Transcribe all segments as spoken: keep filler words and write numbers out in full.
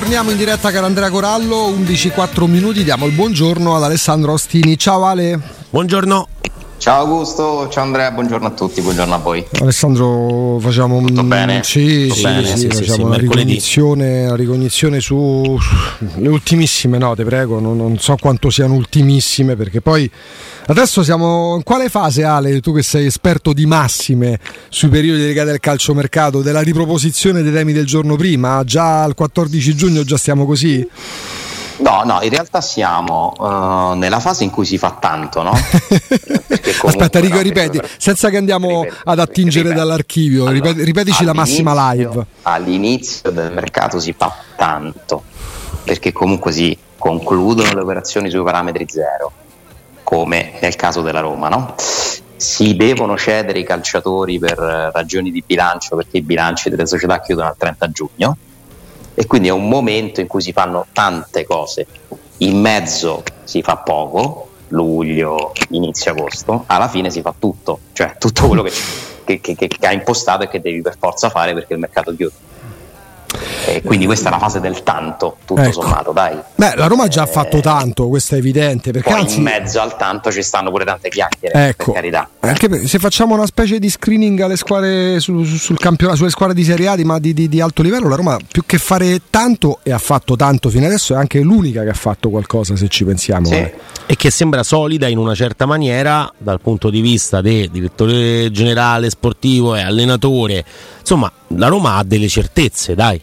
Torniamo in diretta con Andrea Corallo, undici e quattro minuti, diamo il buongiorno ad Alessandro Ostini. Ciao Ale. Buongiorno. Ciao Augusto, ciao Andrea, buongiorno a tutti, buongiorno a voi. Alessandro, facciamo tutto un... bene? Sì, tutto sì, bene, sì, sì, facciamo sì, una, sì, ricognizione, una ricognizione su le ultimissime note, prego, non, non so quanto siano ultimissime, perché poi adesso siamo in quale fase, Ale, tu che sei esperto di massime sui periodi legati al calciomercato, della riproposizione dei temi del giorno prima? Già al quattordici giugno già stiamo così? No, no, in realtà siamo uh, nella fase in cui si fa tanto, no? Aspetta, Rico, no, ripeti, per... senza che andiamo ripeti, ad attingere ripeti. dall'archivio, allora, ripeti, ripetici la massima live. All'inizio del mercato si fa tanto, perché comunque si concludono le operazioni sui parametri zero, come nel caso della Roma, no? Si devono cedere i calciatori per ragioni di bilancio, perché i bilanci delle società chiudono al trenta giugno. E quindi è un momento in cui si fanno tante cose, in mezzo si fa poco, luglio, inizio agosto, alla fine si fa tutto, cioè tutto quello che, che, che, che hai impostato e che devi per forza fare perché il mercato chiude. E quindi questa è la fase del tanto, tutto ecco. sommato, dai. Beh, la Roma ha già eh, fatto tanto, questo è evidente, perché poi anzi, in mezzo al tanto ci stanno pure tante chiacchiere, ecco, per carità. Anche per, se facciamo una specie di screening alle squadre su, su, sul campionato, sulle squadre di Serie A, ma di, di, di alto livello, la Roma più che fare tanto, e ha fatto tanto fino adesso, è anche l'unica che ha fatto qualcosa, se ci pensiamo. Sì. Eh. E che sembra solida in una certa maniera dal punto di vista del direttore generale sportivo e allenatore. Insomma, la Roma ha delle certezze, dai.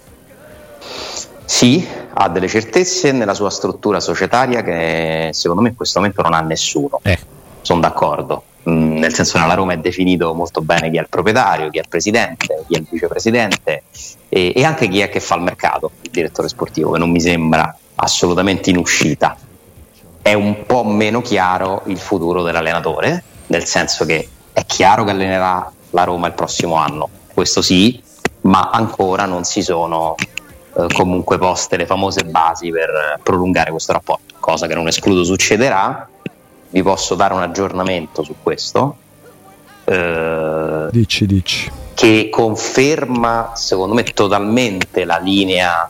Sì, ha delle certezze nella sua struttura societaria che secondo me in questo momento non ha nessuno. Eh. Sono d'accordo, mm, nel senso che nella Roma è definito molto bene chi è il proprietario, chi è il presidente, chi è il vicepresidente e, e anche chi è che fa il mercato, il direttore sportivo, che non mi sembra assolutamente in uscita. È un po' meno chiaro il futuro dell'allenatore, nel senso che è chiaro che allenerà la Roma il prossimo anno, questo sì, ma ancora non si sono comunque poste le famose basi per prolungare questo rapporto, cosa che non escludo succederà. Vi posso dare un aggiornamento su questo eh, dici dici che conferma secondo me totalmente la linea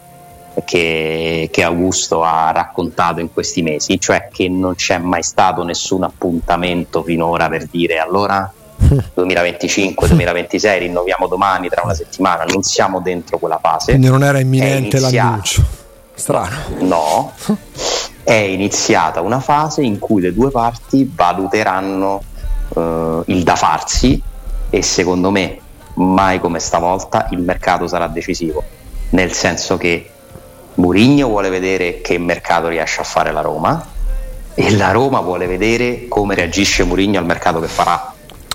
che, che Augusto ha raccontato in questi mesi, cioè che non c'è mai stato nessun appuntamento finora per dire allora duemilaventicinque duemilaventisei rinnoviamo domani, tra una settimana. Non siamo dentro quella fase, quindi non era imminente l'annuncio. Strano. No, è iniziata una fase in cui le due parti valuteranno uh, il da farsi e secondo me mai come stavolta il mercato sarà decisivo, nel senso che Mourinho vuole vedere che mercato riesce a fare la Roma e la Roma vuole vedere come reagisce Mourinho al mercato che farà.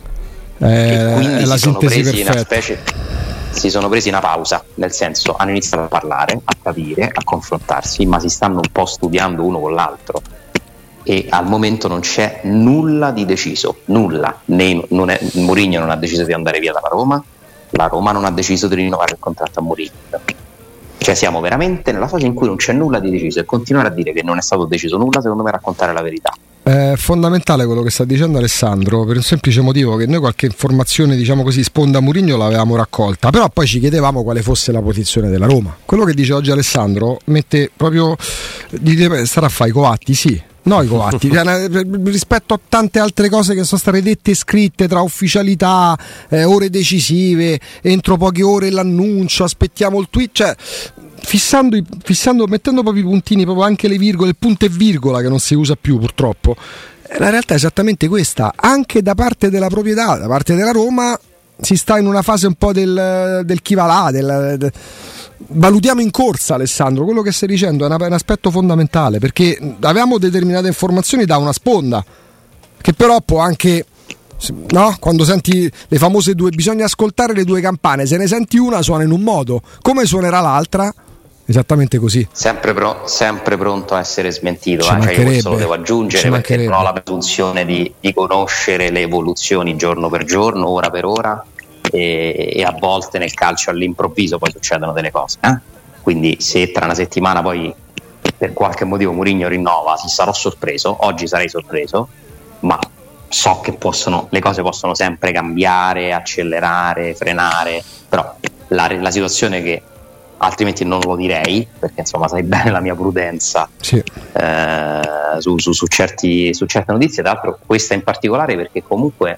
Eh, e quindi la si sono sintesi presi una perfetta. specie si sono presi una pausa, nel senso hanno iniziato a parlare, a capire, a confrontarsi, ma si stanno un po' studiando uno con l'altro e al momento non c'è nulla di deciso, nulla. Né, non è, Mourinho non ha deciso di andare via dalla Roma, la Roma non ha deciso di rinnovare il contratto a Mourinho. Cioè siamo veramente nella fase in cui non c'è nulla di deciso e continuare a dire che non è stato deciso nulla secondo me è raccontare la verità. È fondamentale quello che sta dicendo Alessandro, per un semplice motivo che noi qualche informazione, diciamo così, sponda Mourinho l'avevamo raccolta, però poi ci chiedevamo quale fosse la posizione della Roma. Quello che dice oggi Alessandro mette proprio, starà a fare i coatti, sì, no i coatti rispetto a tante altre cose che sono state dette e scritte, tra ufficialità, eh, ore decisive, entro poche ore l'annuncio, aspettiamo il tweet, cioè fissando, fissando mettendo proprio i puntini, proprio anche le virgole, il punto e virgola che non si usa più purtroppo. La realtà è esattamente questa, anche da parte della proprietà, da parte della Roma si sta in una fase un po' del, del chi va là, del, del valutiamo in corsa. Alessandro, quello che stai dicendo è, una, è un aspetto fondamentale, perché avevamo determinate informazioni da una sponda che però può anche, no? Quando senti le famose due, bisogna ascoltare le due campane, se ne senti una suona in un modo, come suonerà l'altra? Esattamente così. Sempre, pro, sempre pronto a essere smentito, Ci eh? Cioè io questo lo devo Ci aggiungere perché non ho la presunzione di, di conoscere le evoluzioni giorno per giorno, ora per ora e, e a volte nel calcio all'improvviso poi succedono delle cose, eh? Quindi se tra una settimana poi per qualche motivo Mourinho rinnova, si sarò sorpreso, oggi sarei sorpreso, ma so che possono, le cose possono sempre cambiare, accelerare, frenare, però la, la situazione che altrimenti non lo direi, perché insomma sai bene la mia prudenza sì. eh, su, su, su, certi, su certe notizie, tra l'altro questa in particolare perché comunque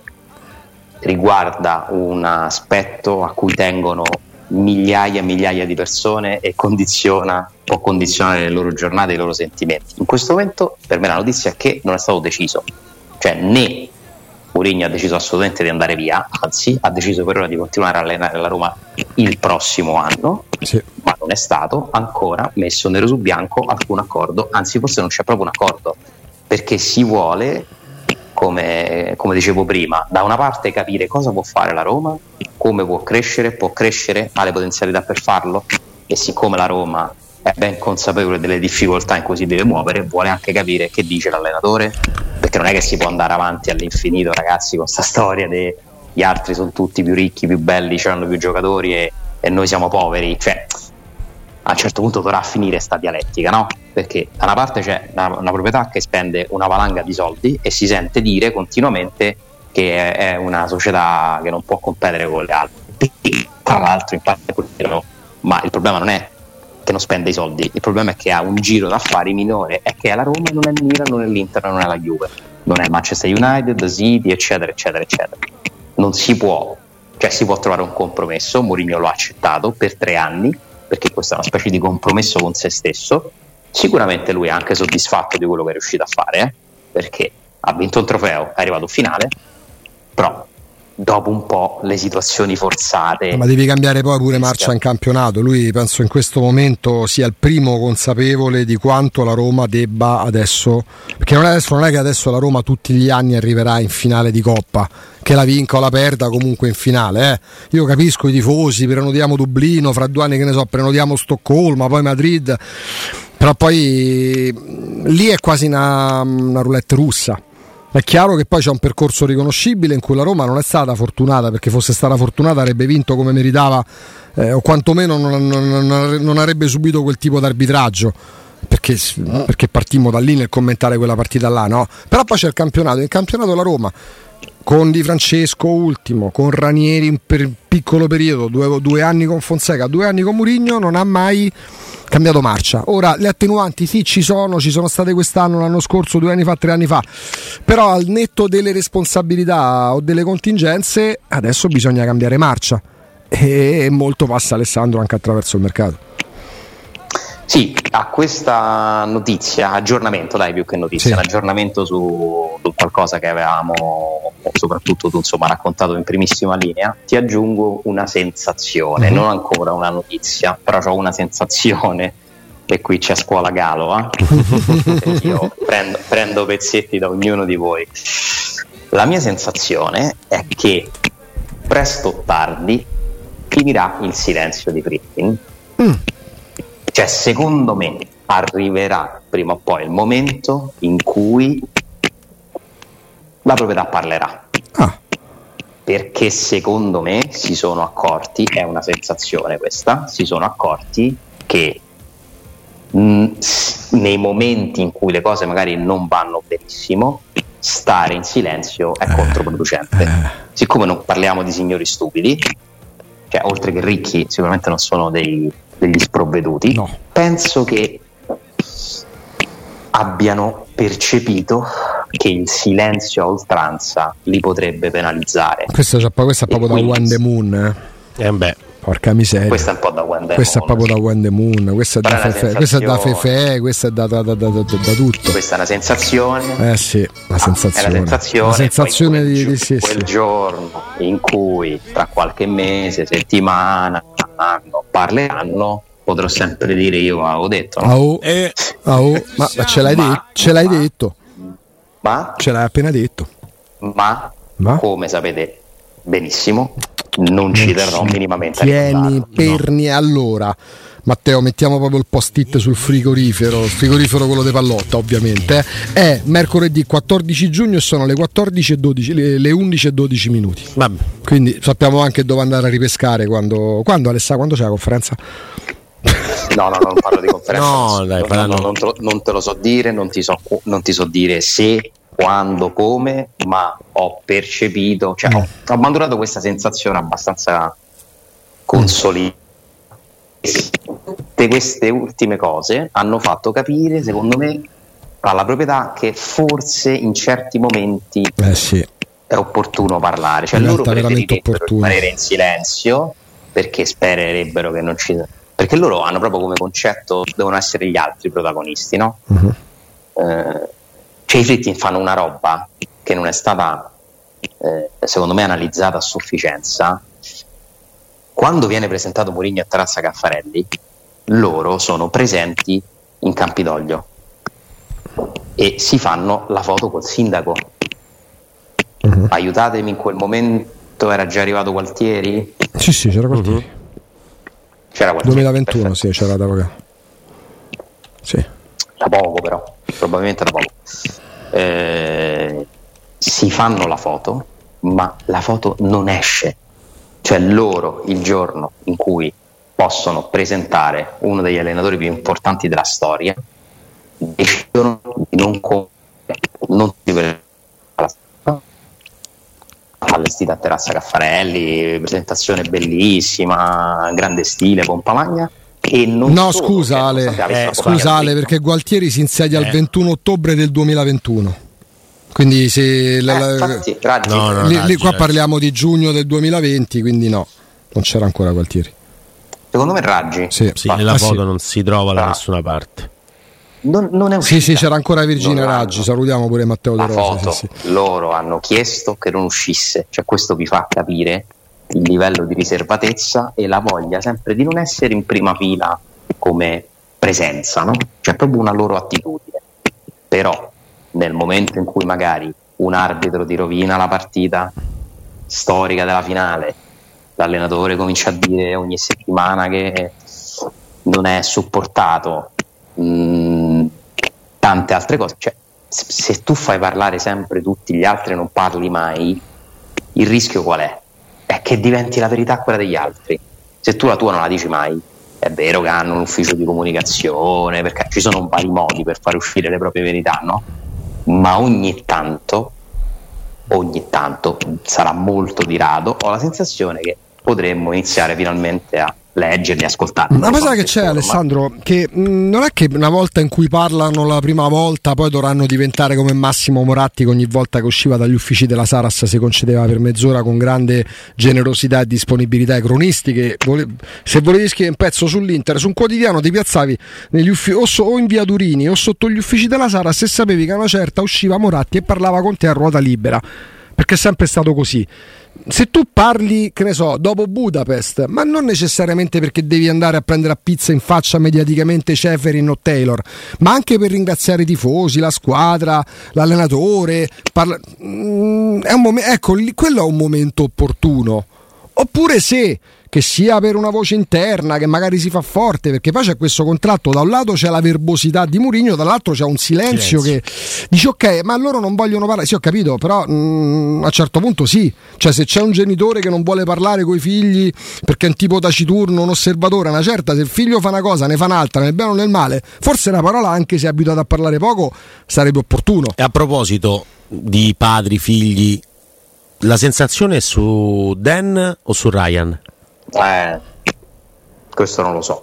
riguarda un aspetto a cui tengono migliaia e migliaia di persone e condiziona, può condizionare le loro giornate e i loro sentimenti. In questo momento per me la notizia è che non è stato deciso, cioè né Mourinho ha deciso assolutamente di andare via, anzi ha deciso per ora di continuare a allenare la Roma il prossimo anno, sì. ma non è stato ancora messo nero su bianco alcun accordo, anzi forse non c'è proprio un accordo, perché si vuole, come, come dicevo prima, da una parte capire cosa può fare la Roma, come può crescere, può crescere, ha le potenzialità per farlo, e siccome la Roma è ben consapevole delle difficoltà in cui si deve muovere, vuole anche capire che dice l'allenatore, perché non è che si può andare avanti all'infinito, ragazzi, con sta storia dei gli altri sono tutti più ricchi, più belli, hanno più giocatori e, e noi siamo poveri, cioè a un certo punto dovrà finire sta dialettica, no? Perché da una parte c'è una, una proprietà che spende una valanga di soldi e si sente dire continuamente che è, è una società che non può competere con le altre, tra l'altro infatti, ma il problema non è che non spende i soldi, il problema è che ha un giro d'affari minore, è che è la Roma, non è il Milan, non è l'Inter, non è la Juve, non è il Manchester United, City, eccetera eccetera eccetera. Non si può, cioè si può trovare un compromesso. Mourinho lo ha accettato per tre anni perché questo è una specie di compromesso con se stesso. Sicuramente lui è anche soddisfatto di quello che è riuscito a fare, eh? Perché ha vinto un trofeo, è arrivato in finale, però dopo un po' le situazioni forzate. Ma devi cambiare poi pure marcia in campionato. Lui penso in questo momento sia il primo consapevole di quanto la Roma debba adesso, perché non è, adesso, non è che adesso la Roma tutti gli anni arriverà in finale di Coppa, che la vinca o la perda comunque in finale, eh. Io capisco i tifosi, prenotiamo Dublino, fra due anni che ne so prenotiamo Stoccolma, poi Madrid, però poi lì è quasi una, una roulette russa. È chiaro che poi c'è un percorso riconoscibile in cui la Roma non è stata fortunata, perché fosse stata fortunata avrebbe vinto come meritava, eh, o quantomeno non, non, non avrebbe subito quel tipo di arbitraggio, perché, perché partimmo da lì nel commentare quella partita là, no? Però poi c'è il campionato, in campionato la Roma con Di Francesco ultimo, con Ranieri per piccolo periodo, due, due anni con Fonseca, due anni con Mourinho, non ha mai cambiato marcia. Ora le attenuanti sì ci sono, ci sono state quest'anno, l'anno scorso, due anni fa, tre anni fa, però al netto delle responsabilità o delle contingenze adesso bisogna cambiare marcia e molto passa Alessandro anche attraverso il mercato. Sì, a questa notizia, aggiornamento dai più che notizia, sì. Un aggiornamento su, su qualcosa che avevamo soprattutto tu insomma raccontato in primissima linea, ti aggiungo una sensazione, mm-hmm. non ancora una notizia, però ho una sensazione, e qui c'è scuola Galo, eh? Io prendo, prendo pezzetti da ognuno di voi. La mia sensazione è che presto o tardi finirà il silenzio di Friedkin. Mm. Cioè, secondo me arriverà prima o poi il momento in cui la proprietà parlerà. Ah. Perché secondo me si sono accorti, è una sensazione questa, si sono accorti che mh, nei momenti in cui le cose magari non vanno benissimo, stare in silenzio è controproducente. Siccome non parliamo di signori stupidi, cioè oltre che ricchi sicuramente non sono dei degli sprovveduti, no. Penso che abbiano percepito che il silenzio a oltranza li potrebbe penalizzare. Questa è, questa è proprio da When the Moon, eh. Eh beh, porca miseria. Questa è un po' da When the Questa Moon. è proprio da When the Moon, questa è da Fefe, questa è da Fefe, questa è da, da, da, da, da, da tutto. Questa è una sensazione. Eh sì, la sensazione. Ah, è la sensazione, la sensazione quel, di, di sì, quel sì. giorno in cui tra qualche mese, settimana, anno parleranno, potrò sempre dire io avevo detto, no? Oh, eh. oh, ma, ma ce l'hai, ma, de- ce l'hai ma, detto ma ce l'hai appena detto, ma, ma? come sapete benissimo non ci terrò minimamente a tieni perni, no. Allora Matteo, mettiamo proprio il post-it sul frigorifero, il frigorifero quello di Pallotta ovviamente, eh. È mercoledì quattordici giugno e sono le quattordici e dodici, le, le undici e dodici minuti. Vabbè. Quindi sappiamo anche dove andare a ripescare quando, quando Alessà, quando c'è la conferenza? No, no, non parlo di conferenza. No, dai, no, no, non, te lo, non te lo so dire, non ti so, non ti so dire se, quando, come, ma ho percepito, cioè mm. ho, ho maturato questa sensazione abbastanza consolidata. tutte queste ultime cose hanno fatto capire, secondo me, alla proprietà che forse in certi momenti eh sì. è opportuno parlare, cioè loro preferirebbero rimanere in silenzio perché spererebbero che non ci, perché loro hanno proprio come concetto devono essere gli altri protagonisti, no? Uh-huh. Eh, cioè i Fritti fanno una roba che non è stata eh, secondo me analizzata a sufficienza. Quando viene presentato Mourinho a Terrazza Caffarelli, loro sono presenti in Campidoglio e si fanno la foto col sindaco. Uh-huh. Aiutatemi, in quel momento era già arrivato Gualtieri? Sì, sì, c'era Gualtieri. Uh-huh. C'era Gualtieri. duemilaventuno, perfetto. Sì, c'era da poco. Sì. Da poco però, probabilmente da poco. Eh, si fanno la foto, ma la foto non esce. Cioè loro, il giorno in cui possono presentare uno degli allenatori più importanti della storia, decidono di non non allestita a Terrazza Caffarelli, presentazione bellissima, grande stile, pompa magna. E non no scusa Ale, eh, scusa Ale perché Gualtieri si insedia eh. il ventuno ottobre del duemilaventuno, quindi se la, eh, infatti, Raggi, no, no, lì, Raggi, lì qua Raggi. Parliamo di giugno del duemilaventi, quindi no, non c'era ancora Gualtieri. Secondo me Raggi sì, sì, nella ah, foto sì. non si trova da ah. nessuna parte. Non, non è sì, sì, c'era ancora Virginia Raggi, salutiamo pure Matteo De Rosa. Foto, sì, sì. Loro hanno chiesto che non uscisse, cioè questo vi fa capire il livello di riservatezza e la voglia sempre di non essere in prima fila come presenza, no? Cioè proprio una loro attitudine. Però nel momento in cui magari un arbitro ti rovina la partita storica della finale, l'allenatore comincia a dire ogni settimana che non è supportato, mh, tante altre cose, cioè se, se tu fai parlare sempre tutti gli altri e non parli mai, il rischio qual è? È che diventi la verità quella degli altri. Se tu la tua non la dici mai, è vero che hanno un ufficio di comunicazione, perché ci sono vari modi per fare uscire le proprie verità, no? Ma ogni tanto ogni tanto sarà molto di rado, ho la sensazione che potremmo iniziare finalmente a leggerli, ascoltarli. Ma sai che c'è forma. Alessandro, che mh, non è che una volta in cui parlano la prima volta poi dovranno diventare come Massimo Moratti che ogni volta che usciva dagli uffici della Saras si concedeva per mezz'ora con grande generosità e disponibilità ai cronisti, che vole- se volevi scrivere un pezzo sull'Inter su un quotidiano ti piazzavi negli uffici o, so- o in via Durini o sotto gli uffici della Saras e sapevi che a una certa usciva Moratti e parlava con te a ruota libera, perché è sempre stato così. Se tu parli, che ne so, dopo Budapest, ma non necessariamente perché devi andare a prendere a pizza in faccia mediaticamente Ceferin o Taylor, ma anche per ringraziare i tifosi, la squadra, l'allenatore, parla... mm, è un mom- ecco, quello è un momento opportuno. Oppure se che sia per una voce interna che magari si fa forte, perché poi c'è questo contratto, da un lato c'è la verbosità di Mourinho, dall'altro c'è un silenzio, silenzio. Che dice ok, ma loro non vogliono parlare, sì ho capito, però mh, a un certo punto sì, cioè se c'è un genitore che non vuole parlare coi figli perché è un tipo taciturno, un osservatore, una certa, se il figlio fa una cosa ne fa un'altra, nel bene o nel male, forse la parola, anche se è abituato a parlare poco, sarebbe opportuno. E a proposito di padri, figli, la sensazione è su Dan o su Ryan? Eh, questo non lo so,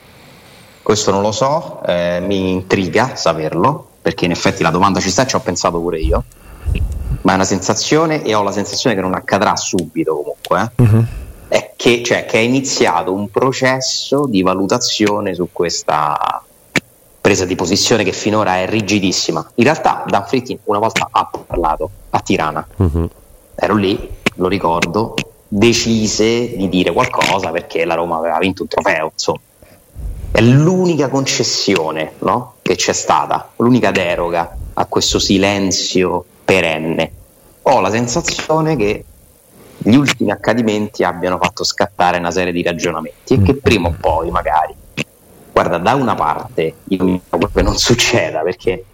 questo non lo so, eh, mi intriga saperlo, perché in effetti la domanda ci sta e ci ho pensato pure io, ma è una sensazione e ho la sensazione che non accadrà subito comunque, eh. Uh-huh. È che, cioè, che è iniziato un processo di valutazione su questa presa di posizione che finora è rigidissima. In realtà Dan Fritkin una volta ha parlato a Tirana, uh-huh. ero lì, lo ricordo, decise di dire qualcosa perché la Roma aveva vinto un trofeo, insomma è l'unica concessione, no? Che c'è stata, l'unica deroga a questo silenzio perenne. Ho la sensazione che gli ultimi accadimenti abbiano fatto scattare una serie di ragionamenti e che prima o poi magari, guarda, da una parte io mi auguro che non succeda, perché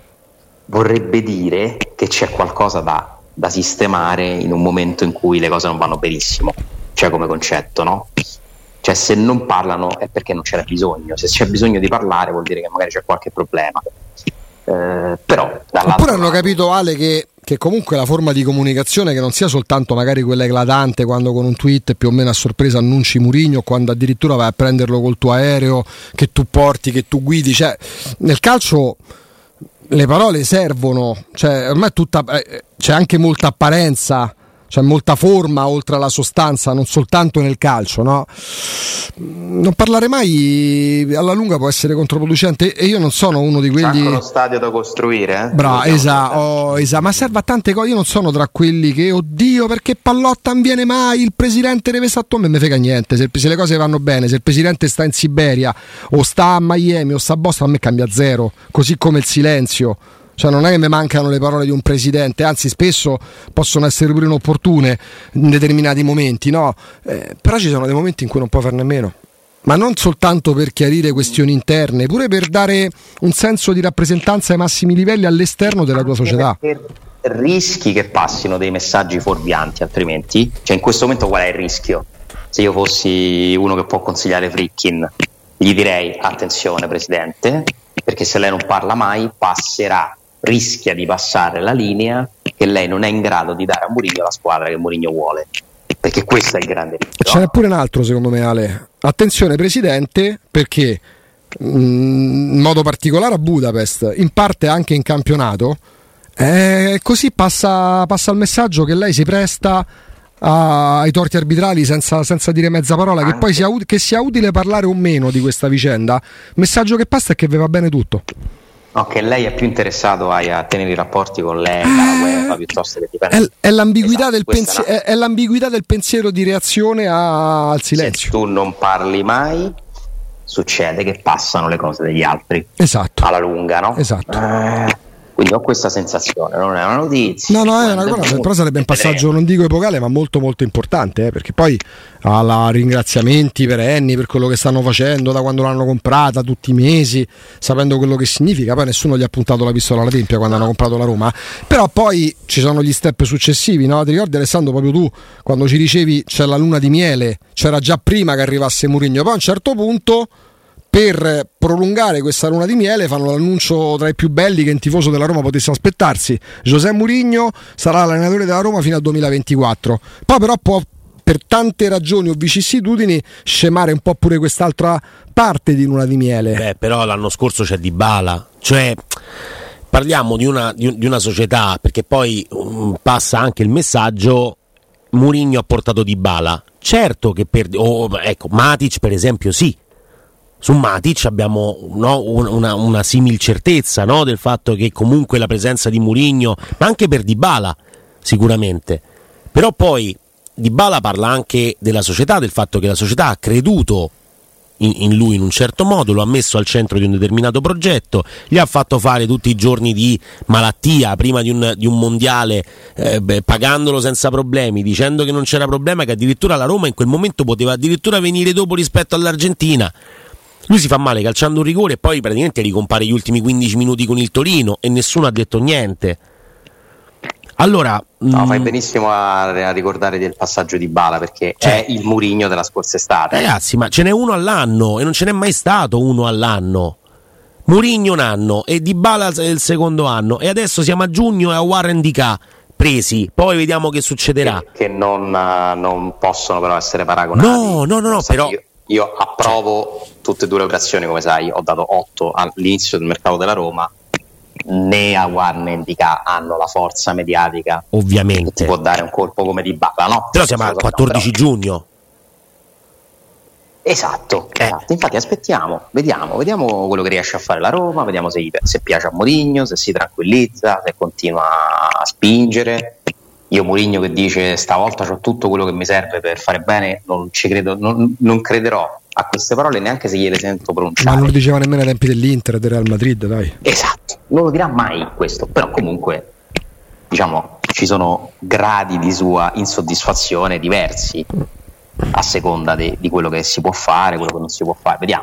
vorrebbe dire che c'è qualcosa da da sistemare in un momento in cui le cose non vanno benissimo, cioè come concetto, no? Cioè se non parlano è perché non c'era bisogno, se c'è bisogno di parlare vuol dire che magari c'è qualche problema, eh, però oppure hanno capito, Ale, che che comunque la forma di comunicazione che non sia soltanto magari quella eclatante quando con un tweet più o meno a sorpresa annunci Mourinho, quando addirittura vai a prenderlo col tuo aereo che tu porti, che tu guidi, cioè nel calcio le parole servono, cioè ormai è tutta, eh, c'è anche molta apparenza, c'è molta forma oltre alla sostanza, non soltanto nel calcio, no? Non parlare mai alla lunga può essere controproducente e io non sono uno di quelli. C'è anche uno stadio da costruire, eh? Bravo, esatto, oh, esa. Ma serve a tante cose. Io non sono tra quelli che, oddio, perché Pallotta non viene mai, il presidente deve stare a me, me frega niente. Se, se le cose vanno bene, se il presidente sta in Siberia o sta a Miami o sta a Boston, a me cambia zero, così come il silenzio. Cioè non è che mi mancano le parole di un presidente, anzi spesso possono essere pure inopportune in determinati momenti, no? Eh, però ci sono dei momenti in cui non puoi farne a meno, ma non soltanto per chiarire questioni interne, pure per dare un senso di rappresentanza ai massimi livelli all'esterno della tua società. Rischi che passino dei messaggi fuorvianti, altrimenti, cioè in questo momento qual è il rischio? Se io fossi uno che può consigliare Friedkin, gli direi attenzione presidente, perché se lei non parla mai passerà, rischia di passare la linea che lei non è in grado di dare a Mourinho la squadra che Mourinho vuole, perché questo è il grande rischio. Ce n'è pure un altro secondo me, Ale. Attenzione presidente, perché in modo particolare a Budapest, in parte anche in campionato, eh, così passa, passa il messaggio che lei si presta a, ai torti arbitrali senza, senza dire mezza parola, anche. Che poi sia, che sia utile parlare o meno di questa vicenda, il messaggio che passa è che vi va bene tutto. No, che lei è più interessato a, a tenere i rapporti con lei, la UEFA, piuttosto che dipende. È, è, l'ambiguità, esatto, del pensi- no. è, è l'ambiguità del pensiero di reazione a, al silenzio. Se tu non parli mai, succede che passano le cose degli altri. Esatto. Alla lunga, no? Esatto. Eh, quindi ho questa sensazione, non è una notizia. No, no, è una cosa, però sarebbe un passaggio, non dico epocale, ma molto molto importante, eh, perché poi ha ringraziamenti perenni per quello che stanno facendo da quando l'hanno comprata, tutti i mesi, sapendo quello che significa. Poi nessuno gli ha puntato la pistola alla tempia quando hanno comprato la Roma, però poi ci sono gli step successivi, no? Ti ricordi Alessandro, proprio tu quando ci dicevi c'è la luna di miele, c'era già prima che arrivasse Mourinho, poi a un certo punto, per prolungare questa luna di miele, fanno l'annuncio tra i più belli che un tifoso della Roma potesse aspettarsi: José Mourinho sarà l'allenatore della Roma fino al duemilaventiquattro. Poi però può, per tante ragioni o vicissitudini, scemare un po' pure quest'altra parte di luna di miele. Beh, però l'anno scorso c'è Dybala, cioè parliamo di una, di, di una società, perché poi um, passa anche il messaggio: Mourinho ha portato Dybala, certo che per oh, ecco, Matic per esempio sì. Su Matic abbiamo, no, una, una simil certezza, no, del fatto che comunque la presenza di Mourinho, ma anche per Dybala sicuramente, però poi Dybala parla anche della società, del fatto che la società ha creduto in, in lui in un certo modo, lo ha messo al centro di un determinato progetto, gli ha fatto fare tutti i giorni di malattia prima di un, di un mondiale, eh, beh, pagandolo senza problemi, dicendo che non c'era problema, che addirittura la Roma in quel momento poteva addirittura venire dopo rispetto all'Argentina. Lui si fa male calciando un rigore e poi praticamente ricompare gli ultimi quindici minuti con il Torino e nessuno ha detto niente. Allora, no, mh... fai benissimo a, a ricordare del passaggio di Bala, perché cioè, è il Mourinho della scorsa estate. Ragazzi, ma ce n'è uno all'anno e non ce n'è mai stato uno all'anno. Mourinho un anno e Dybala il secondo anno, e adesso siamo a giugno e a Warren Di Ca presi, poi vediamo che succederà. Che, che non, uh, non possono però essere paragonati. No, no, no, no, però io, io approvo cioè, tutte e due le operazioni, come sai, ho dato otto all'inizio del mercato della Roma. Né a Warner Di Ca hanno la forza mediatica, ovviamente, che ti può dare un colpo come Dybala, no? Però siamo al quattordici giugno. Esatto, eh. esatto, infatti aspettiamo, vediamo, vediamo quello che riesce a fare la Roma, vediamo se, se piace a Mourinho, se si tranquillizza, se continua a spingere. Io Mourinho che dice stavolta c'ho tutto quello che mi serve per fare bene, non ci credo, non, non crederò a queste parole neanche se gliele sento pronunciare. Ma non lo diceva nemmeno ai tempi dell'Inter e del Real Madrid, dai. Esatto, non lo dirà mai questo, però comunque diciamo ci sono gradi di sua insoddisfazione diversi a seconda de, di quello che si può fare, quello che non si può fare, vediamo.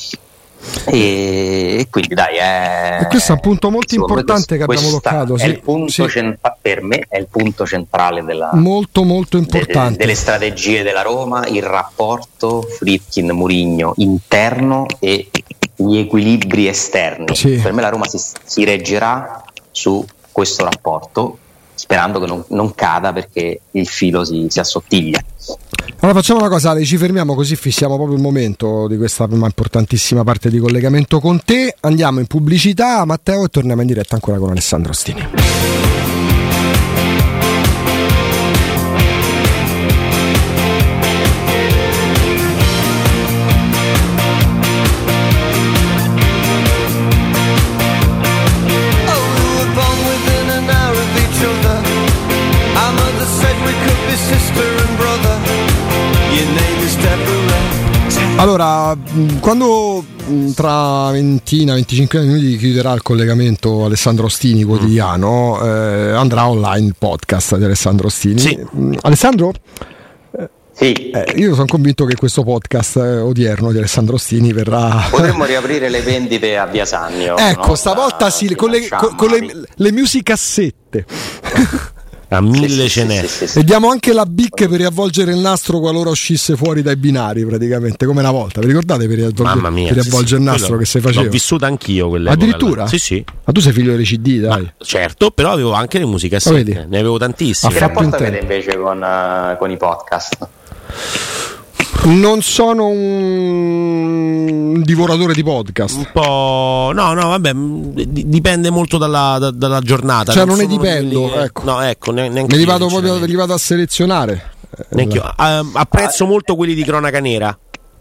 E, e quindi dai, è, e questo è un punto molto importante questo, che abbiamo toccato. È sì, il punto sì. centra- per me è il punto centrale della, molto molto importante de, de, delle strategie della Roma, il rapporto Friedkin-Mourinho interno e gli equilibri esterni. Sì. Per me la Roma si, si reggerà su questo rapporto, sperando che non, non cada perché il filo si, si assottiglia. Allora facciamo una cosa, Ale, ci fermiamo così fissiamo proprio il momento di questa prima importantissima parte di collegamento con te, andiamo in pubblicità, Matteo, e torniamo in diretta ancora con Alessandro Ostini. Allora, quando tra ventina venticinque minuti chiuderà il collegamento Alessandro Ostini quotidiano, eh, andrà online il podcast di Alessandro Ostini. Sì. Alessandro? Sì. Eh, io sono convinto che questo podcast eh, odierno di Alessandro Ostini verrà. Potremmo riaprire le vendite a Via Sannio. Ecco, no? stavolta sì, con, le, con, con le, le musicassette. A mille sì, ce n'è. sì, sì, sì. E diamo anche la bicche per riavvolgere il nastro qualora uscisse fuori dai binari, praticamente, come una volta. Vi ricordate per riavvolgere, Mamma mia, per riavvolgere sì, il sì, nastro quello che si faceva? L'ho vissuta anch'io quelle. Addirittura? Sì, sì. Ma tu sei figlio delle C D, dai. Ma, certo, però avevo anche le musicassette, ne avevo tantissime. Che rapporto avete invece con, uh, con i podcast? Non sono un divoratore di podcast. Un po'. No, no, vabbè, dipende molto dalla, da, dalla giornata. Cioè non, non ne dipendo, quelli... ecco. No, ecco, neanche Me li vado proprio li vado a selezionare. Neanche io. Uh, apprezzo molto quelli di cronaca nera.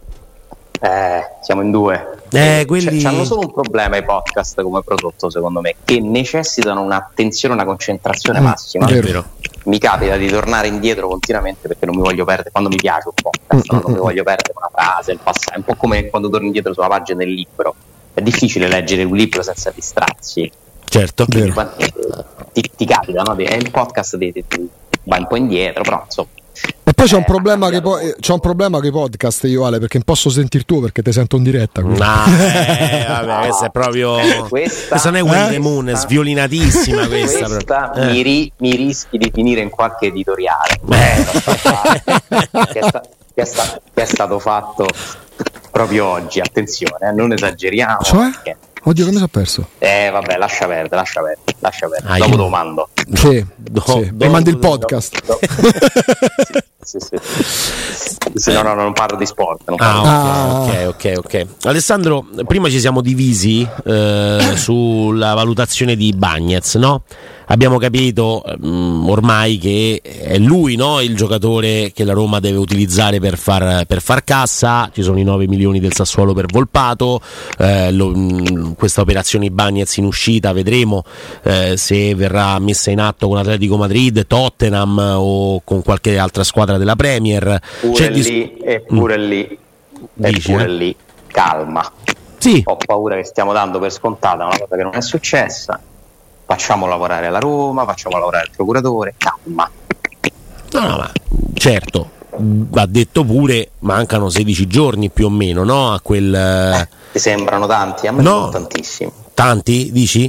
Eh, siamo in due. Eh, quelli... Cioè, hanno solo un problema i podcast come prodotto, secondo me, che necessitano un'attenzione, una concentrazione mm, massima. È vero. Mi capita di tornare indietro continuamente perché non mi voglio perdere, quando mi piace un podcast, mm, non mm, mi voglio perdere una frase, il passaggio. È un po' come quando torni indietro sulla pagina del libro. È difficile leggere un libro senza distrarsi. Certo. Quindi, ti, ti capita, no? È il podcast, ti, ti, ti vai un po' indietro, però insomma. E poi c'è un problema che poi c'è un problema con i podcast, io Ale, perché non posso sentir tu perché ti sento in diretta. No, eh, vabbè, questa è proprio questa, questa non è Wendy Moon, è sviolinatissima questa. Questa eh. mi, ri, mi rischi di finire in qualche editoriale eh. che, è sta, che, è sta, che è stato fatto proprio oggi, attenzione, eh, non esageriamo. Cioè? Perché... Oddio, che mi sono perso? Eh vabbè, lascia perdere, lascia perdere, lascia perdere. Ah, dopo io... te lo mando. Sì, do, sì. Do, mi mandi il podcast. Do, do. sì, sì, sì. sì, no, no, non parlo di sport. Non parlo ah, di ok, ok, ok. Alessandro, prima ci siamo divisi eh, sulla valutazione di Bagnez, no? Abbiamo capito um, ormai che è lui, no, il giocatore che la Roma deve utilizzare per far, per far cassa. Ci sono i nove milioni del Sassuolo per Volpato, eh, lo, mh, questa operazione Bagnez in uscita, vedremo eh, se verrà messa in atto con Atletico Madrid, Tottenham o con qualche altra squadra della Premier. Pure C'è lì, dis- e pure mm. lì, Dici, e pure eh? lì, calma. Sì. Ho paura che stiamo dando per scontata una cosa che non è successa. Facciamo lavorare la Roma, facciamo lavorare il procuratore, calma. No, no, ma certo, va detto pure, mancano sedici giorni più o meno, no? A quel. Eh, ti sembrano tanti? A me no, sono tantissimi. Tanti, dici?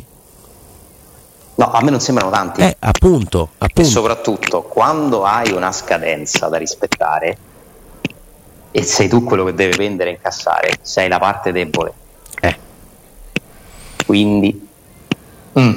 No, a me non sembrano tanti. Eh, appunto, appunto. E soprattutto quando hai una scadenza da rispettare e sei tu quello che deve vendere e incassare, sei la parte debole. Eh. Quindi. Mm.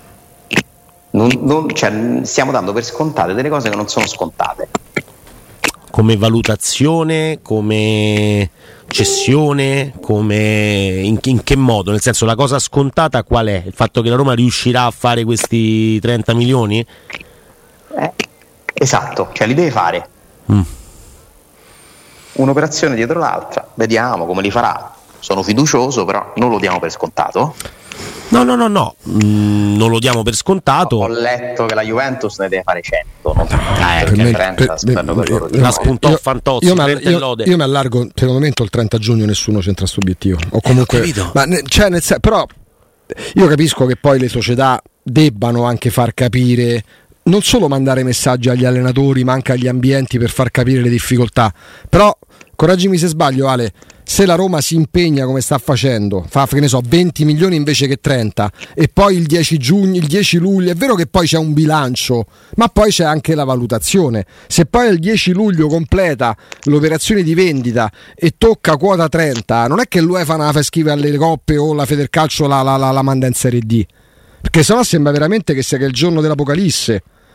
Non, non, cioè, stiamo dando per scontate delle cose che non sono scontate. Come valutazione, come cessione, come in, in che modo? Nel senso, la cosa scontata qual è? Il fatto che la Roma riuscirà a fare questi trenta milioni? Eh, esatto, cioè li deve fare. Mm. Un'operazione dietro l'altra, vediamo come li farà. Sono fiducioso, però non lo diamo per scontato. No, no, no, no, mm, non lo diamo per scontato. Ho letto che la Juventus ne deve fare cento, non so, eh, perché me, trenta, per, spero per, che loro la spuntò Fantozzi, io, io, io mi allargo, secondo me entro il trenta giugno nessuno c'entra questo obiettivo. O comunque, eh, ma ne, cioè, nel, però io capisco che poi le società debbano anche far capire, non solo mandare messaggi agli allenatori, ma anche agli ambienti per far capire le difficoltà. Però correggimi se sbaglio, Ale, se la Roma si impegna come sta facendo, fa che ne so venti milioni invece che trenta, e poi il dieci giugno, il dieci luglio, è vero che poi c'è un bilancio, ma poi c'è anche la valutazione. Se poi il dieci luglio completa l'operazione di vendita e tocca quota trenta, non è che l'UEFA non la fa scrivere alle coppe o la Federcalcio la, la, la, la manda in Serie D, perché sennò sembra veramente che sia che il giorno dell'Apocalisse.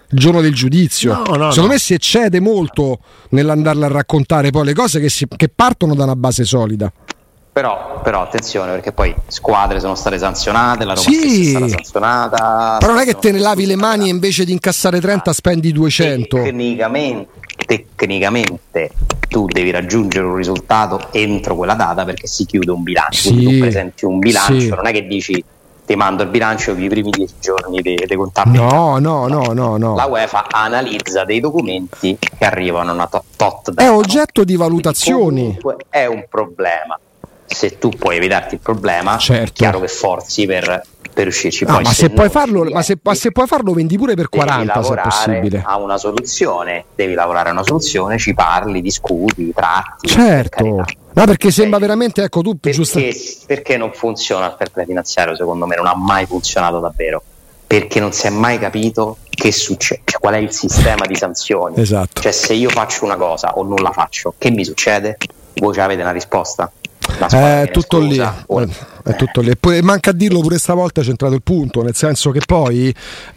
il giorno del giudizio. No, no, secondo no. me si eccede molto nell'andarle a raccontare poi le cose che, si, che partono da una base solida. Però, però attenzione, perché poi squadre sono state sanzionate, la Roma Sì. stessa è stata sanzionata. Però non è che te ne lavi le mani e invece di incassare trenta spendi duecento. Tecnicamente, tecnicamente tu devi raggiungere un risultato entro quella data perché si chiude un bilancio. Sì. Quindi tu presenti un bilancio, Sì. non è che dici ti mando il bilancio per i primi dieci giorni dei de contabili. No, no, no, no, no. La UEFA analizza dei documenti che arrivano a una tot, tot data, È oggetto no? di valutazioni. Quindi comunque è un problema. Se tu puoi evitarti il problema, Certo. è chiaro che forzi per, per uscirci. No, Poi ma se se puoi non farlo, ci ma se, ma se puoi farlo vendi pure per devi quaranta se è lavorare possibile. a una soluzione, devi lavorare a una soluzione, ci parli, discuti, tratti. per Certo. carità. No, perché sembra Ok. veramente, ecco, tu giusto. Perché, perché non funziona il fair play finanziario? Secondo me non ha mai funzionato davvero, perché non si è mai capito che succede, cioè, qual è il sistema di sanzioni. Esatto. Cioè, se io faccio una cosa o non la faccio, che mi succede? Voi avete una risposta? La squadra È viene tutto lì, esclusa? O- è, è tutto lì. E poi manca a dirlo pure stavolta, è centrato il punto, nel senso che poi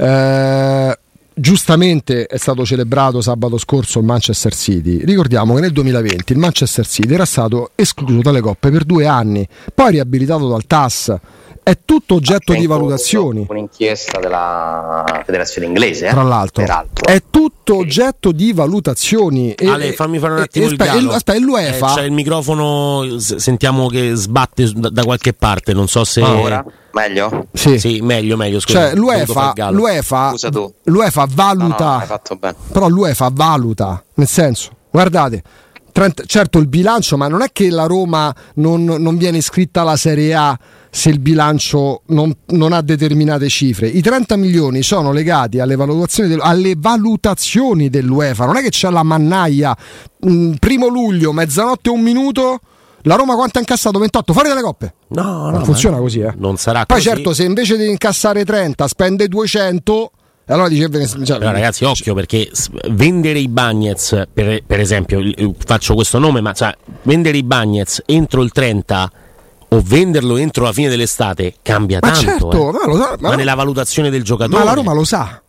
eh, giustamente è stato celebrato sabato scorso il Manchester City. Ricordiamo che nel duemilaventi il Manchester City era stato escluso dalle coppe per due anni, poi riabilitato dal T A S. È tutto oggetto di valutazioni. Un'inchiesta della federazione inglese, eh? Tra l'altro, Peraltro. è tutto oggetto di valutazioni. E, Ale, fammi fare un e- attimo e il aspetta, dialogo. e- aspetta, e l'UEFA Eh, c'è il microfono, s- sentiamo che sbatte da, da qualche parte, non so se... Ora? Meglio? sì. Sì, meglio, meglio, scusa. Cioè ho dovuto fare l'UEFA, il gallo. l'UEFA, Scusa tu. l'UEFA No, valuta, no, hai fatto bene. però l'UEFA valuta, nel senso, guardate, trenta certo il bilancio, ma non è che la Roma non, non viene iscritta alla Serie A se il bilancio non, non ha determinate cifre. I trenta milioni sono legati alle valutazioni, del, alle valutazioni dell'UEFA, non è che c'è la mannaia, mh, primo luglio, mezzanotte e un minuto, la Roma quanto ha incassato? ventotto, fuori dalle coppe. No, no, Non funziona ma così, eh. Non sarà Poi così. certo, se invece di incassare trenta spende duecento, allora dice cioè, Però ragazzi, occhio, perché s- vendere i Bagnets, per, per esempio, il- faccio questo nome, ma cioè, vendere i Bagnets entro il trenta o venderlo entro la fine dell'estate cambia ma tanto. certo, eh. ma, lo sa, ma, Ma nella valutazione del giocatore. ma la Roma lo sa.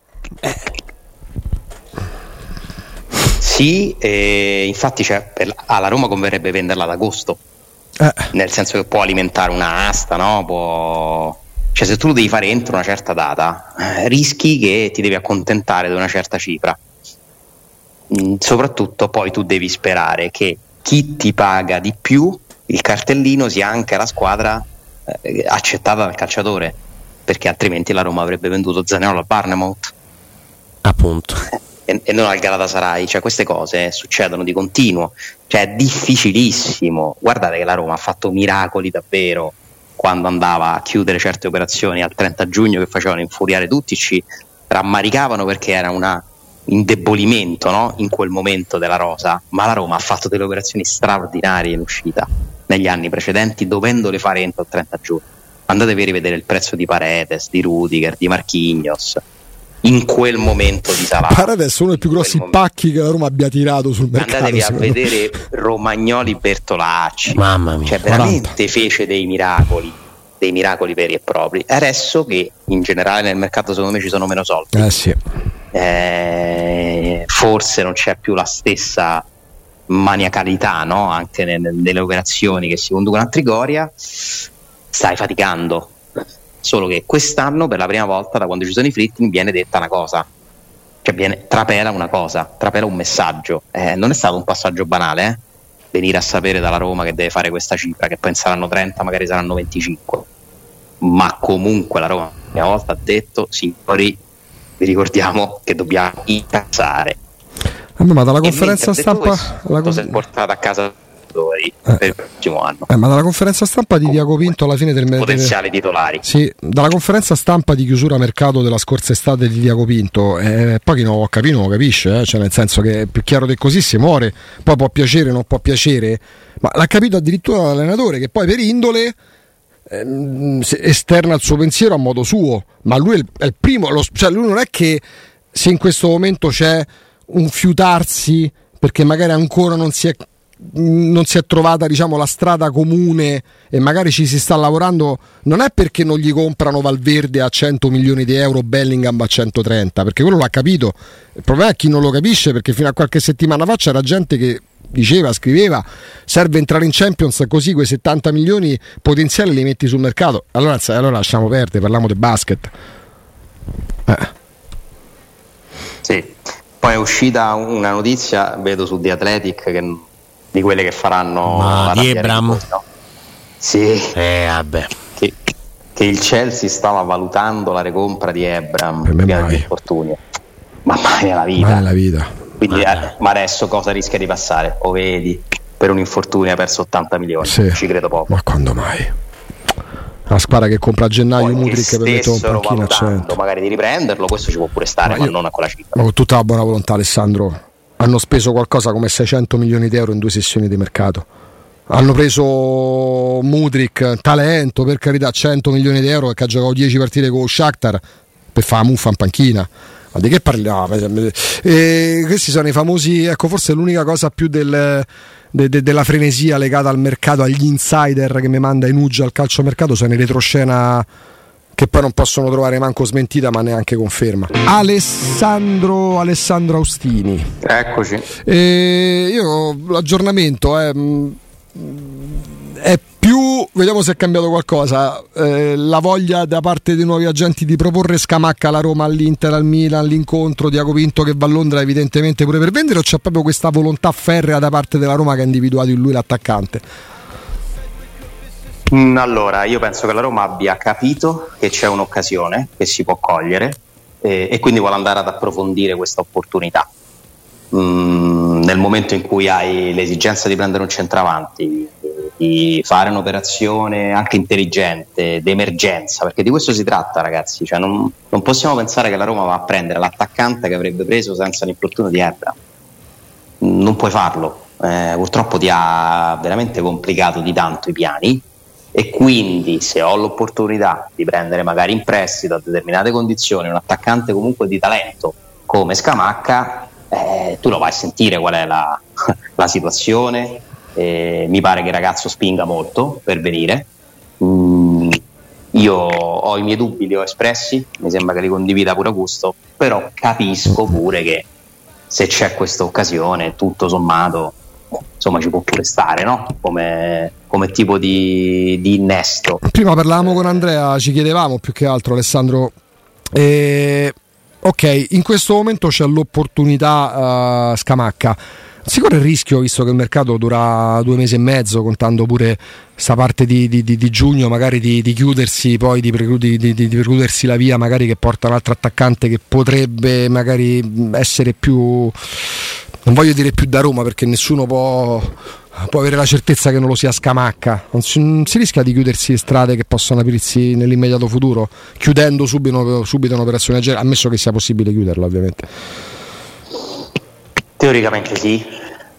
Sì, e infatti cioè, per, alla Roma converrebbe venderla ad agosto, Eh, nel senso che può alimentare una asta, no? Può... Cioè, se tu lo devi fare entro una certa data, eh, rischi che ti devi accontentare di una certa cifra. Mm, soprattutto poi tu devi sperare che chi ti paga di più, il cartellino, sia anche la squadra eh, accettata dal calciatore, perché altrimenti la Roma avrebbe venduto Zaniolo al Bournemouth Appunto. e, e non al Galatasaray. Cioè, queste cose succedono di continuo, cioè è difficilissimo. Guardate che la Roma ha fatto miracoli davvero quando andava a chiudere certe operazioni al trenta giugno che facevano infuriare tutti, ci rammaricavano perché era un indebolimento, no? In quel momento della rosa, ma la Roma ha fatto delle operazioni straordinarie in uscita negli anni precedenti, dovendole fare entro il trenta giugno. Andatevi a rivedere il prezzo di Paredes, di Rudiger, di Marquinhos in quel momento di Salah. Paredes è uno dei più grossi pacchi che la Roma abbia tirato sul mercato. Andatevi a secondo me. vedere Romagnoli Bertolacci, Mamma mia. cioè veramente fece dei miracoli, dei miracoli veri e propri. Adesso che in generale nel mercato secondo me ci sono meno soldi, Eh sì. eh, forse non c'è più la stessa maniacalità, no? Anche nelle, nelle operazioni che si conducono a Trigoria, stai faticando. Solo che quest'anno per la prima volta da quando ci sono i Fritti viene detta una cosa, cioè viene, trapela una cosa, trapela un messaggio. Eh, non è stato un passaggio banale, eh? Venire a sapere dalla Roma che deve fare questa cifra, che poi saranno trenta, magari saranno venticinque, ma comunque la Roma la prima volta ha detto: signori, vi ricordiamo che dobbiamo incassare. Eh, ma dalla conferenza stampa la cosa con- si è portata a casa eh. per il prossimo anno, eh, ma dalla conferenza stampa di Diaco Pinto alla fine del mese potenziali titolari. sì, dalla conferenza stampa di chiusura mercato della scorsa estate di Diaco Pinto, eh, poi chi non lo capisce non lo capisce, eh? Cioè nel senso che è più chiaro di così si muore, poi può piacere non può piacere, ma l'ha capito addirittura l'allenatore che poi per indole ehm, esterna il suo pensiero a modo suo, ma lui è il, è il primo, lo, cioè lui non è che se in questo momento c'è un fiutarsi perché magari ancora non si è non si è trovata, diciamo, la strada comune e magari ci si sta lavorando, non è perché non gli comprano Valverde a cento milioni di euro, Bellingham a centotrenta, perché quello l'ha capito. Il problema è chi non lo capisce, perché fino a qualche settimana fa c'era gente che diceva, scriveva, serve entrare in Champions, così quei settanta milioni potenziali li metti sul mercato. Allora, allora lasciamo perdere, parliamo di basket. Eh. Sì. Poi è uscita una notizia, vedo su The Athletic, che, di quelle che faranno Ma di Ebram? No? Sì. Eh, vabbè. Che, che il Chelsea stava valutando la recompra di Ebram per me via mai. infortunio. Ma mai nella vita. Mai nella vita. Quindi, eh, ma adesso cosa rischia di passare? O vedi, per un infortunio hai perso ottanta milioni? Sì. Ci credo poco. Ma quando mai? La squadra che compra a gennaio Mudryk per mettere un panchino a cento, magari di riprenderlo, questo ci può pure stare, ma, ma non a quella cifra. Ma con tutta la buona volontà, Alessandro, hanno speso qualcosa come seicento milioni di euro in due sessioni di mercato. Hanno preso Mudryk, talento, per carità, cento milioni di euro, che ha giocato dieci partite con lo Shakhtar per fare la muffa in panchina. Ma di che parliamo? E questi sono i famosi, ecco, forse l'unica cosa più del De, de, della frenesia legata al mercato, agli insider che mi manda in uggia al calciomercato, sono in retroscena che poi non possono trovare manco smentita ma neanche conferma. Alessandro Alessandro Austini, eccoci. E io l'aggiornamento è, è più, vediamo se è cambiato qualcosa, eh, la voglia da parte dei nuovi agenti di proporre Scamacca alla Roma, all'Inter, al Milan, l'incontro, Diaco Pinto che va a Londra evidentemente pure per vendere, o c'è proprio questa volontà ferrea da parte della Roma che ha individuato in lui l'attaccante? Allora, io penso che la Roma abbia capito che c'è un'occasione che si può cogliere eh, e quindi vuole andare ad approfondire questa opportunità. Mm, nel momento in cui hai l'esigenza di prendere un centravanti, di fare un'operazione anche intelligente, d'emergenza, perché di questo si tratta, ragazzi, cioè non, non possiamo pensare che la Roma va a prendere l'attaccante che avrebbe preso senza l'infortunio di Ebram. Non puoi farlo, eh, purtroppo ti ha veramente complicato di tanto i piani, e quindi se ho l'opportunità di prendere magari in prestito a determinate condizioni un attaccante comunque di talento come Scamacca, eh, tu lo vai a sentire qual è la, la situazione. Eh, mi pare che il ragazzo spinga molto per venire. Mm, io ho i miei dubbi, li ho espressi, mi sembra che li condivida pure Augusto, però capisco pure che se c'è questa occasione, tutto sommato, insomma, ci può pure stare, no? Come, come tipo di, di innesto. Prima parlavamo con Andrea, ci chiedevamo più che altro, Alessandro, eh, ok, in questo momento c'è l'opportunità uh, Scamacca. Si corre il rischio, visto che il mercato dura due mesi e mezzo, contando pure sta parte di, di, di, di giugno, magari di, di chiudersi, poi di, di, di, di precludersi la via, magari che porta un altro attaccante che potrebbe magari essere più, non voglio dire più da Roma, perché nessuno può, può avere la certezza che non lo sia Scamacca. Non si, non si rischia di chiudersi strade che possono aprirsi nell'immediato futuro, chiudendo subito, subito un'operazione genere, ammesso che sia possibile chiuderla, ovviamente. Teoricamente sì, eh,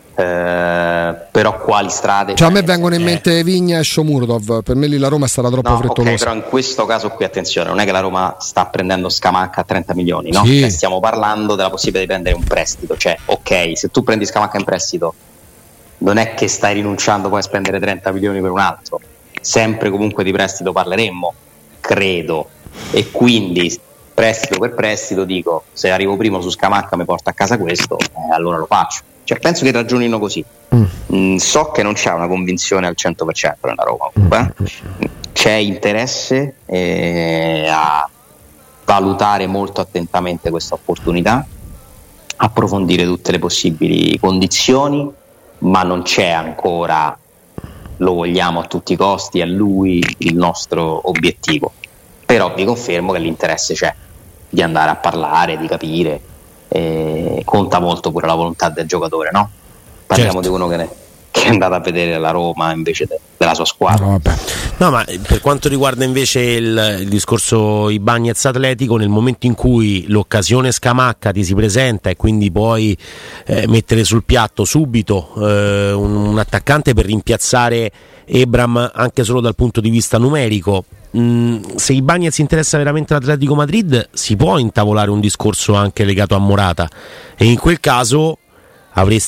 però quali strade? Cioè, a me vengono in mente Vigna e Shomurodov, per me lì la Roma è stata troppo no, frettolosa. Okay, però in questo caso qui attenzione, non è che la Roma sta prendendo Scamacca a trenta milioni, no? Sì. Cioè, stiamo parlando della possibilità di prendere un prestito, cioè ok, se tu prendi Scamacca in prestito non è che stai rinunciando poi a spendere trenta milioni per un altro, sempre comunque di prestito parleremmo, credo, e quindi prestito per prestito dico, se arrivo primo su Scamacca mi porta a casa questo, eh, allora lo faccio. Cioè, penso che ragionino così. Mm. Mm, so che non c'è una convinzione al cento per cento nella Roma, comunque. Mm. C'è interesse eh, a valutare molto attentamente questa opportunità, approfondire tutte le possibili condizioni, ma non c'è ancora, lo vogliamo a tutti i costi, è lui il nostro obiettivo. Però vi confermo che l'interesse c'è di andare a parlare, di capire, eh, conta molto pure la volontà del giocatore, no? Parliamo certo. di uno che, ne, che è andato a vedere la Roma invece de, della sua squadra. No, vabbè. No, ma per quanto riguarda invece il, il discorso Ibañez Atletico, nel momento in cui l'occasione Scamacca ti si presenta e quindi puoi eh, mettere sul piatto subito eh, un, un attaccante per rimpiazzare Ebram anche solo dal punto di vista numerico, Mm, se Ibañez interessa veramente l'Atletico Madrid si può intavolare un discorso anche legato a Morata, e in quel caso avresti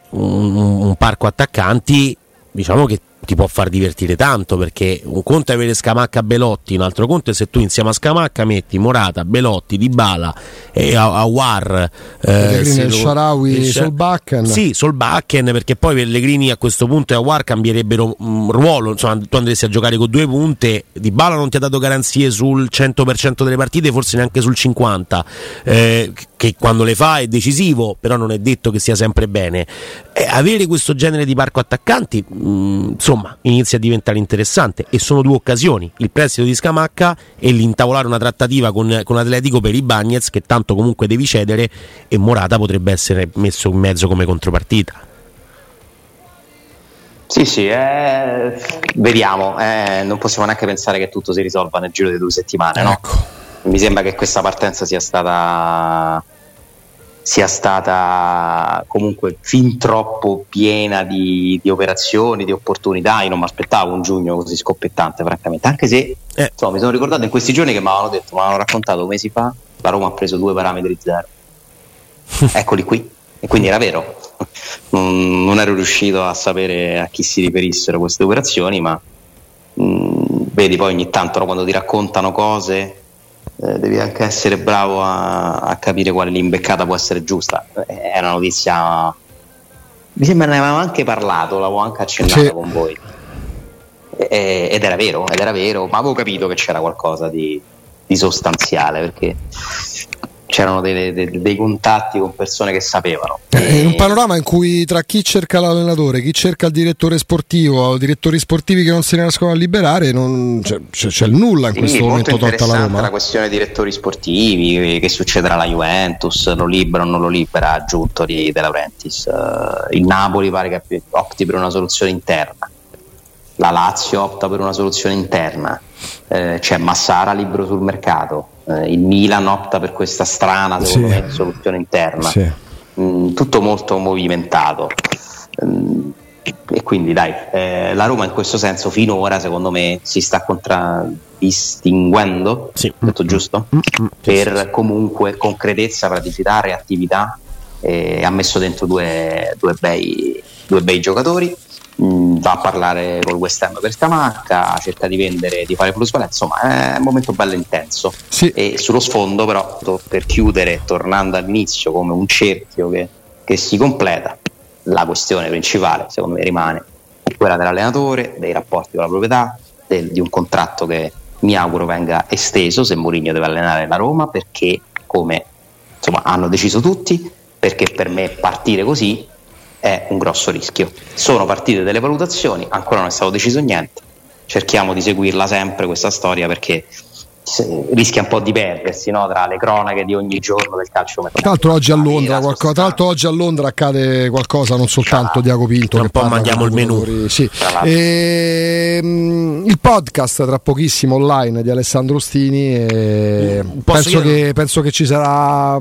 un, un parco attaccanti, diciamo che ti può far divertire tanto, perché un conto è avere Scamacca, Belotti, un altro conto è se tu insieme a Scamacca metti Morata, Belotti, Dybala e Aouar, Pellegrini, eh, Shaarawy, Solbakken. Sì, Solbakken, perché poi Pellegrini a questo punto e Aouar cambierebbero um, ruolo, insomma tu andresti a giocare con due punte. Dybala non ti ha dato garanzie sul cento per cento delle partite, forse neanche sul cinquanta per cento, eh, che quando le fa è decisivo, però non è detto che sia sempre bene. Eh, avere questo genere di parco attaccanti mh, insomma inizia a diventare interessante, e sono due occasioni: il prestito di Scamacca e l'intavolare una trattativa con, con Atletico per i Bagnets, che tanto comunque devi cedere, e Morata potrebbe essere messo in mezzo come contropartita. Sì, sì, eh, vediamo, eh, non possiamo neanche pensare che tutto si risolva nel giro di due settimane, no? Ecco. Mi sembra che questa partenza sia stata sia stata comunque fin troppo piena di, di operazioni, di opportunità. Io non mi aspettavo un giugno così scoppiettante, francamente, anche se eh. insomma, mi sono ricordato in questi giorni che mi avevano detto, mi avevano raccontato mesi fa, la Roma ha preso due parametri zero eccoli qui, e quindi era vero. non, non ero riuscito a sapere a chi si riferissero queste operazioni, ma mh, vedi poi ogni tanto, no, quando ti raccontano cose, Eh, devi anche essere bravo a, a capire quale l'imbeccata può essere giusta. Eh, è una notizia, mi sembra ne avevamo anche parlato, l'avevo anche accennato sì. con voi, eh, ed era vero, ed era vero, ma avevo capito che c'era qualcosa di, di sostanziale, perché c'erano dei, dei, dei contatti con persone che sapevano. Eh, in un panorama in cui tra chi cerca l'allenatore, chi cerca il direttore sportivo, direttori sportivi che non se ne riescono a liberare, non, c'è, c'è, c'è il nulla in sì, questo momento tolta la Roma. La questione direttori sportivi, che succederà alla Juventus, lo libera o non lo libera, aggiunto di De Laurentiis. Uh, il Napoli pare che opti per una soluzione interna, la Lazio opta per una soluzione interna, eh, c'è Massara libero sul mercato, eh, il Milan opta per questa strana, secondo sì. me, soluzione interna. Sì. Mm, tutto molto movimentato, mm, e quindi dai, eh, la Roma in questo senso finora secondo me si sta contraddistinguendo, sì. tutto giusto? Mm-hmm. Per comunque concretezza, praticità, reattività, eh, ha messo dentro due, due, bei, due bei giocatori. Va a parlare col West Ham per Scamacca, cerca di vendere, di fare plusvalenza, insomma è un momento bello intenso. Sì. E sullo sfondo però, per chiudere, tornando all'inizio come un cerchio che, che si completa, la questione principale secondo me rimane quella dell'allenatore, dei rapporti con la proprietà, del, di un contratto che mi auguro venga esteso se Mourinho deve allenare la Roma, perché come insomma hanno deciso tutti, perché per me partire così è un grosso rischio. Sono partite delle valutazioni, ancora non è stato deciso niente, cerchiamo di seguirla sempre questa storia, perché rischia un po' di perdersi, no? Tra le cronache di ogni giorno del calcio mercato. Tra l'altro oggi a Londra qualcosa, tra l'altro oggi a Londra accade qualcosa, non soltanto Diaco Pinto, un po' mandiamo il menù. Sì. E, um, il podcast tra pochissimo online di Alessandro Ostini, e penso che, penso che ci sarà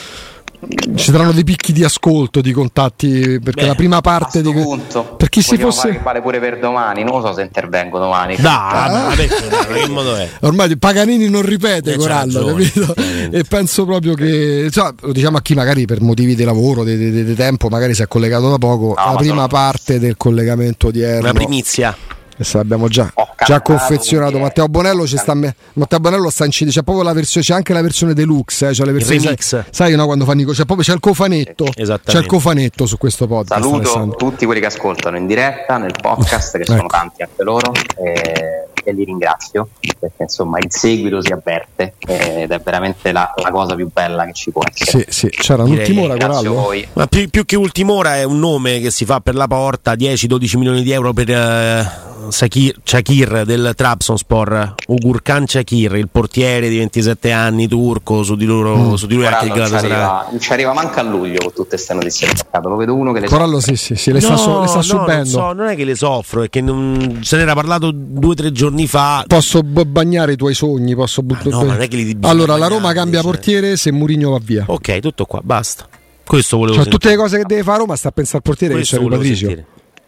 ci saranno dei picchi di ascolto, di contatti, perché Beh, la prima parte a di punto, per chi si fosse fare che vale pure per domani, non lo so se intervengo domani. Da, ah. che modo è? Ormai Paganini non ripete, Corallo, capito? E penso proprio che, cioè, lo diciamo a chi magari per motivi di lavoro, di, di, di tempo, magari si è collegato da poco, no, la prima sono... parte del collegamento odierno. Una primizia. Questa l'abbiamo già, già confezionato. Matteo Bonello ci sta, Matteo Bonello sta incidendo, c'è proprio la versione, c'è anche la versione deluxe, eh, cioè le versioni, sai, sai no, quando fanno, c'è proprio c'è il cofanetto, c'è il cofanetto su questo podcast. Saluto Alessandro. tutti quelli che ascoltano in diretta nel podcast, che sono ecco. tanti anche loro, e, e li ringrazio, perché insomma il seguito si avverte ed è veramente la, la cosa più bella che ci può essere. Sì, sì, c'era un'ultim'ora, Corallo. Ma più, più che ultim'ora è un nome che si fa per la porta, dieci dodici milioni di euro per uh, Shakir, Shakir del Trabzonspor, Ugurkan Shakir, il portiere di ventisette anni turco, su di loro mm. su di lui anche il Galatasaray. Non ci arriva manca a luglio con tutte queste notizie del mercato, lo vedo uno che le Corallo sì, sì, sì, le no, sta, le sta no, subendo. Non, so, non è che le soffro, è che non, se ne era parlato due o tre giorni fa. Posso b- bagnare i tuoi sogni, posso but- no, non è che li allora la Roma cambia cioè. portiere se Mourinho va via. Ok, tutto qua, basta. Questo volevo cioè, sentire. tutte le cose che deve fare Roma sta a pensare al portiere, questo che c'è il Patricio. Sentire.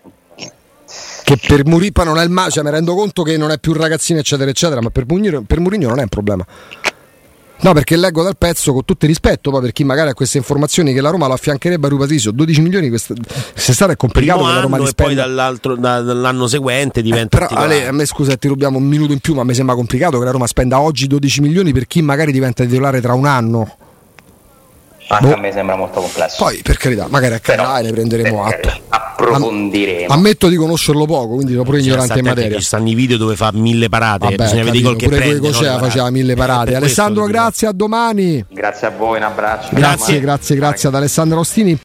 Che per Mourinho non è il ma- cioè mi rendo conto che non è più ragazzino eccetera eccetera, ma per Mourinho, per Mourinho non è un problema. No, perché leggo dal pezzo, con tutto il rispetto poi per chi magari ha queste informazioni, che la Roma lo affiancherebbe a Rui Patricio. dodici milioni quest'estate è complicato Primo che la Roma anno li e poi spenda. dall'altro, da, dall'anno seguente diventa eh, però Ale, a me scusa ti rubiamo un minuto in più, ma mi sembra complicato che la Roma spenda oggi dodici milioni per chi magari diventa titolare tra un anno. Anche boh. a me sembra molto complesso. Poi per carità, magari accadrà e ne prenderemo atto. Approfondiremo. Ammetto di conoscerlo poco, quindi sono pure ignorante in materia. Ci stanno i video dove fa mille parate. Vabbè, bisogna vedere col che pure prende, Cocea no, faceva mille parate. Eh, Alessandro, questo, grazie, a domani. Grazie a voi, un abbraccio. Grazie, grazie, grazie ad Alessandro Ostini.